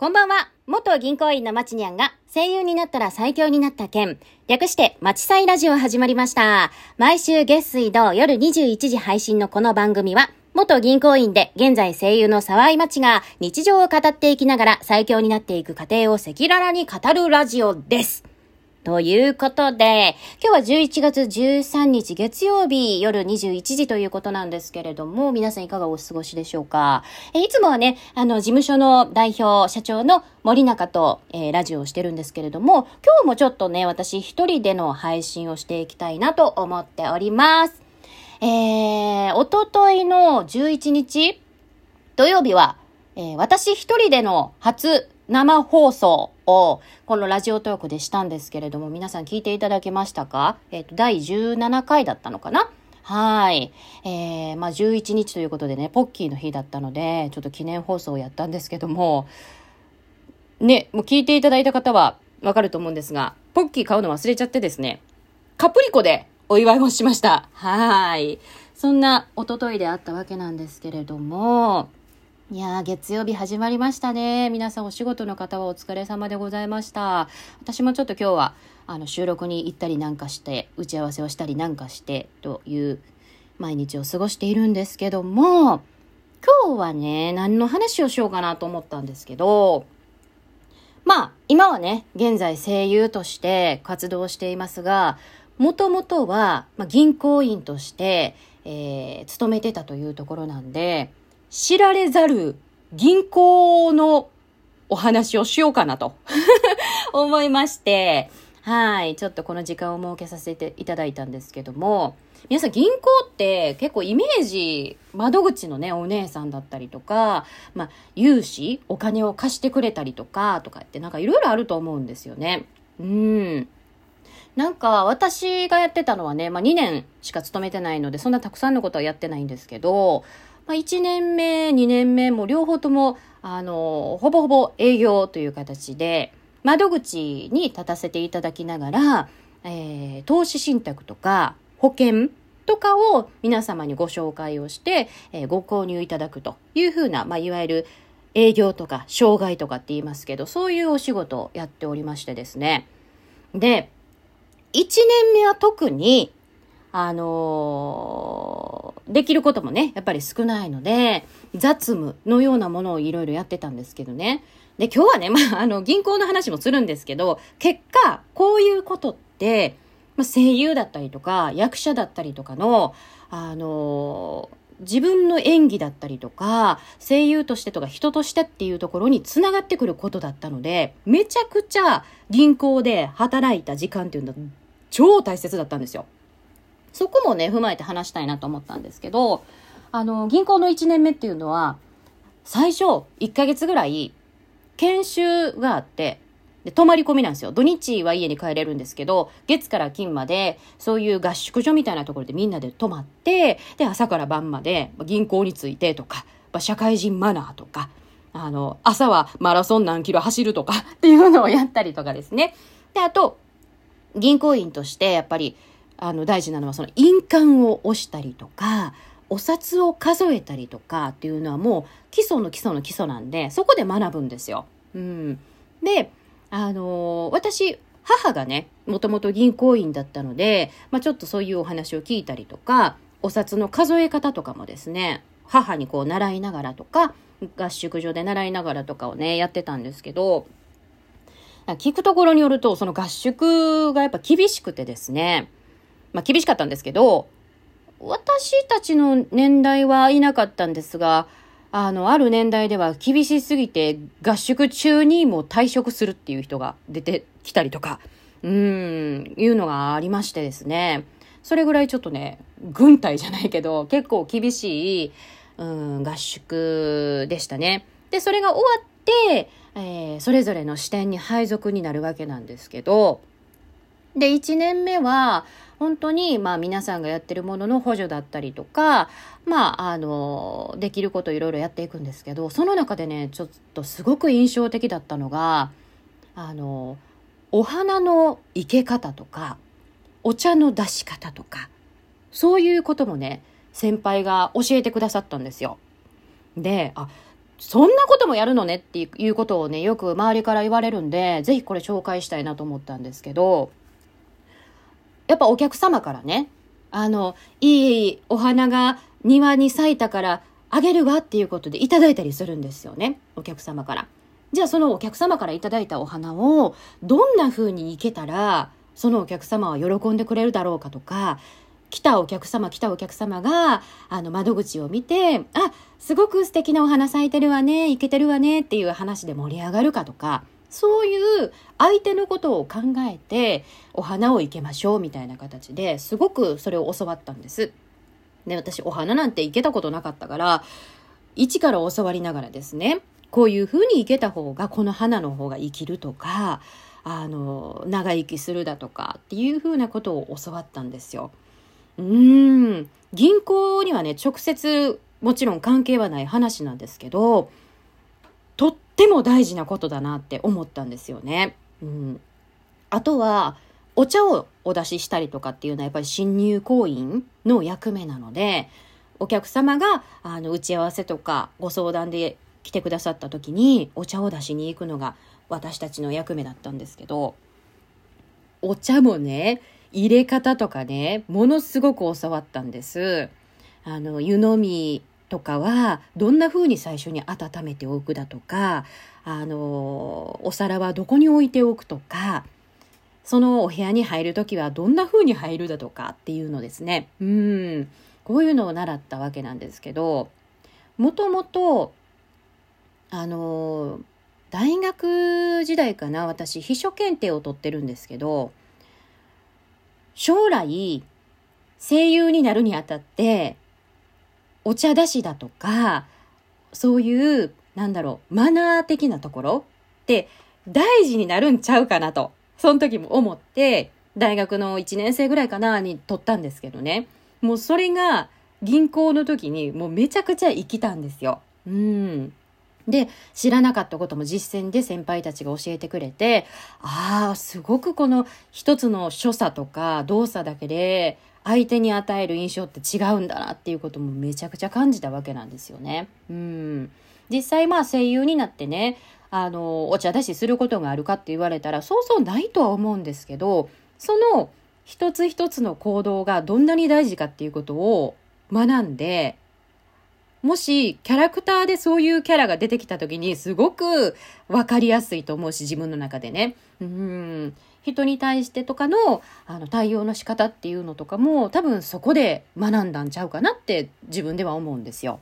こんばんは。元銀行員のまちにゃんが声優になったら最強になった件、略してまちさいラジオ始まりました。毎週月水土夜21時配信のこの番組は、元銀行員で現在声優の沢井まちが日常を語っていきながら最強になっていく過程を赤裸々に語るラジオです。ということで、今日は11月13日月曜日夜21時ということなんですけれども、皆さんいかがお過ごしでしょうか。いつもはね、事務所の代表、社長の森中と、ラジオをしてるんですけれども、今日もちょっとね、私一人での配信をしていきたいなと思っております。おとといの11日土曜日は、私一人での初生放送をこのラジオトークでしたんですけれども、皆さん聞いていただけましたか？第17回だったのかな？はい。11日ということでね、ポッキーの日だったので、ちょっと記念放送をやったんですけども、ね、もう聞いていただいた方はわかると思うんですが、ポッキー買うの忘れちゃってですね、カプリコでお祝いをしました。はい。そんなおとといであったわけなんですけれども、いやー、月曜日始まりましたね。皆さんお仕事の方はお疲れ様でございました。私もちょっと今日は収録に行ったりなんかして、打ち合わせをしたりなんかしてという毎日を過ごしているんですけども、今日はね、何の話をしようかなと思ったんですけど、今はね、現在声優として活動していますが、もともとは、銀行員として、勤めてたというところなんで、知られざる銀行のお話をしようかなと思いまして、はい、ちょっとこの時間を設けさせていただいたんですけども、皆さん銀行って結構イメージ、窓口のね、お姉さんだったりとか、融資、お金を貸してくれたりとかってなんかいろいろあると思うんですよね。なんか私がやってたのはね、2年しか勤めてないので、そんなたくさんのことはやってないんですけど、1年目、2年目も両方とも、ほぼほぼ営業という形で、窓口に立たせていただきながら、投資信託とか保険とかを皆様にご紹介をして、ご購入いただくというふうな、いわゆる営業とか障害とかって言いますけど、そういうお仕事をやっておりましてですね。で、1年目は特に、できることもね、やっぱり少ないので、雑務のようなものをいろいろやってたんですけどね。で、今日はね、銀行の話もするんですけど、結果、こういうことって、声優だったりとか、役者だったりとかの、自分の演技だったりとか、声優としてとか人としてっていうところにつながってくることだったので、めちゃくちゃ銀行で働いた時間っていうのは超大切だったんですよ。そこもね、踏まえて話したいなと思ったんですけど、銀行の1年目っていうのは、最初1ヶ月ぐらい研修があって、で、泊まり込みなんですよ。土日は家に帰れるんですけど、月から金まで、そういう合宿所みたいなところでみんなで泊まって、で、朝から晩まで銀行についてとか、社会人マナーとか、朝はマラソン何キロ走るとかっていうのをやったりとかですね。で、あと、銀行員としてやっぱり、大事なのはその印鑑を押したりとか、お札を数えたりとかっていうのはもう基礎の基礎の基礎なんで、そこで学ぶんですよ。で、私、母がね、もともと銀行員だったので、ちょっとそういうお話を聞いたりとか、お札の数え方とかもですね、母にこう習いながらとか、合宿所で習いながらとかをね、やってたんですけど、聞くところによると、その合宿がやっぱ厳しくてですね、厳しかったんですけど、私たちの年代はいなかったんですが、ある年代では厳しすぎて合宿中にも退職するっていう人が出てきたりとか、いうのがありましてですね。それぐらいちょっとね、軍隊じゃないけど、結構厳しい、合宿でしたね。で、それが終わって、それぞれの支店に配属になるわけなんですけど、で、1年目は、本当に、皆さんがやってるものの補助だったりとか、できることいろいろやっていくんですけど、その中でね、ちょっとすごく印象的だったのが、お花の生け方とか、お茶の出し方とか、そういうこともね、先輩が教えてくださったんですよ。で、 そんなこともやるのねっていうことをね、よく周りから言われるんで、ぜひこれ紹介したいなと思ったんですけど、やっぱお客様からね、いいお花が庭に咲いたからあげるわっていうことでいただいたりするんですよね、お客様から。じゃあそのお客様からいただいたお花をどんな風に生けたらそのお客様は喜んでくれるだろうかとか、来たお客様が窓口を見て、すごく素敵なお花咲いてるわね、生けてるわねっていう話で盛り上がるかとか、そういう相手のことを考えてお花を生けましょうみたいな形ですごくそれを教わったんです。で、私お花なんて生けたことなかったから一から教わりながらですね、こういう風に生けた方がこの花の方が生きるとか、長生きするだとかっていう風なことを教わったんですよ。銀行にはね、直接もちろん関係はない話なんですけど、とっても大事なことだなって思ったんですよね。あとはお茶をお出ししたりとかっていうのはやっぱり新入行員の役目なので、お客様が打ち合わせとかご相談で来てくださった時にお茶を出しに行くのが私たちの役目だったんですけど、お茶もね、入れ方とかね、ものすごく教わったんです。湯飲みとかはどんな風に最初に温めておくだとか、お皿はどこに置いておくとか、そのお部屋に入るときはどんな風に入るだとかっていうのですね。こういうのを習ったわけなんですけど、もともと大学時代かな、私秘書検定を取ってるんですけど、将来声優になるにあたってお茶出しだとか、そういうマナー的なところって大事になるんちゃうかなと、その時も思って大学の1年生ぐらいかなに取ったんですけどね、もうそれが銀行の時にもうめちゃくちゃ生きたんですよ。で、知らなかったことも実践で先輩たちが教えてくれて、すごくこの一つの所作とか動作だけで相手に与える印象って違うんだなっていうこともめちゃくちゃ感じたわけなんですよね。実際声優になってね、お茶出しすることがあるかって言われたらそうそうないとは思うんですけど、その一つ一つの行動がどんなに大事かっていうことを学んで、もしキャラクターでそういうキャラが出てきた時にすごく分かりやすいと思うし、自分の中でね、人に対してとかの対応の仕方っていうのとかも多分そこで学んだんちゃうかなって自分では思うんですよ。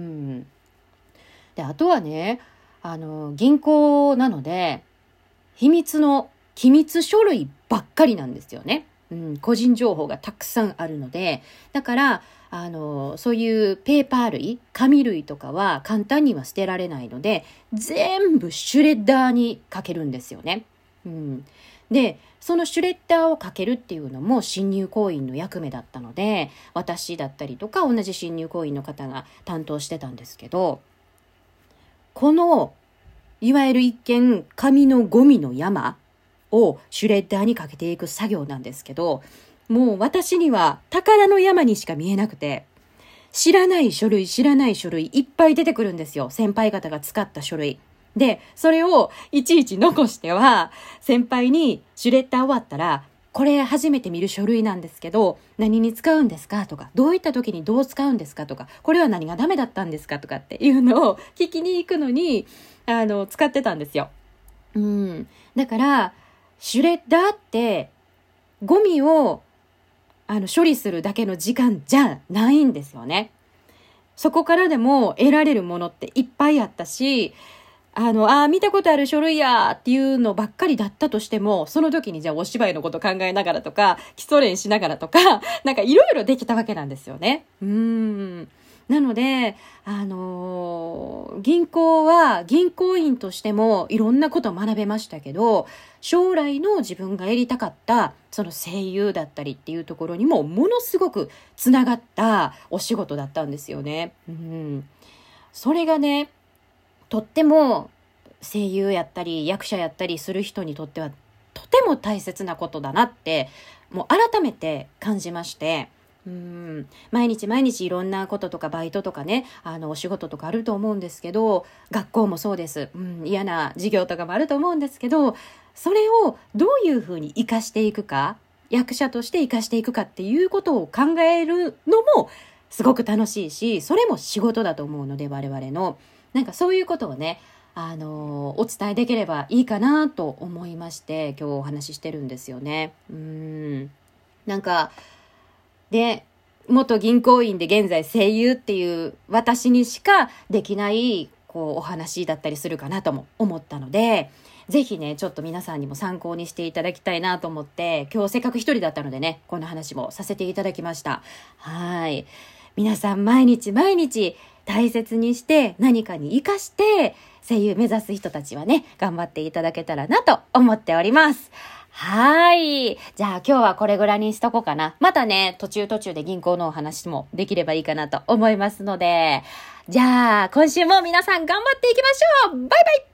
で、あとはね、銀行なので秘密機密書類ばっかりなんですよね。個人情報がたくさんあるので、だからそういうペーパー類、紙類とかは簡単には捨てられないので、全部シュレッダーにかけるんですよね。で、そのシュレッダーをかけるっていうのも新入行員の役目だったので、私だったりとか同じ新入行員の方が担当してたんですけど、このいわゆる一見紙のゴミの山をシュレッダーにかけていく作業なんですけど、もう私には宝の山にしか見えなくて、知らない書類いっぱい出てくるんですよ。先輩方が使った書類で、それをいちいち残しては先輩にシュレッダー終わったら、これ初めて見る書類なんですけど何に使うんですかとか、どういった時にどう使うんですかとか、これは何がダメだったんですかとかっていうのを聞きに行くのに使ってたんですよ。だからシュレッダーってゴミを処理するだけの時間じゃないんですよね。そこからでも得られるものっていっぱいあったし、見たことある書類やっていうのばっかりだったとしても、その時にじゃあお芝居のこと考えながらとか、基礎練しながらとか、なんかいろいろできたわけなんですよね。なので、銀行は銀行員としてもいろんなことを学べましたけど、将来の自分がやりたかったその声優だったりっていうところにもものすごくつながったお仕事だったんですよね。それがね、とっても声優やったり役者やったりする人にとってはとても大切なことだなってもう改めて感じまして、 毎日毎日いろんなこととかバイトとかね、お仕事とかあると思うんですけど、学校もそうです。嫌な授業とかもあると思うんですけど、それをどういうふうに活かしていくか、役者として活かしていくかっていうことを考えるのもすごく楽しいし、それも仕事だと思うので、我々の。なんかそういうことをね、お伝えできればいいかなと思いまして、今日お話ししてるんですよね。なんか、で、元銀行員で現在声優っていう私にしかできない、お話だったりするかなとも思ったので、ぜひね、ちょっと皆さんにも参考にしていただきたいなと思って、今日せっかく一人だったのでね、この話もさせていただきました。はい。皆さん毎日毎日大切にして何かに活かして声優目指す人たちはね、頑張っていただけたらなと思っております。はい。じゃあ今日はこれぐらいにしとこうかな。またね、途中で銀行のお話もできればいいかなと思いますので、じゃあ今週も皆さん頑張っていきましょう。バイバイ。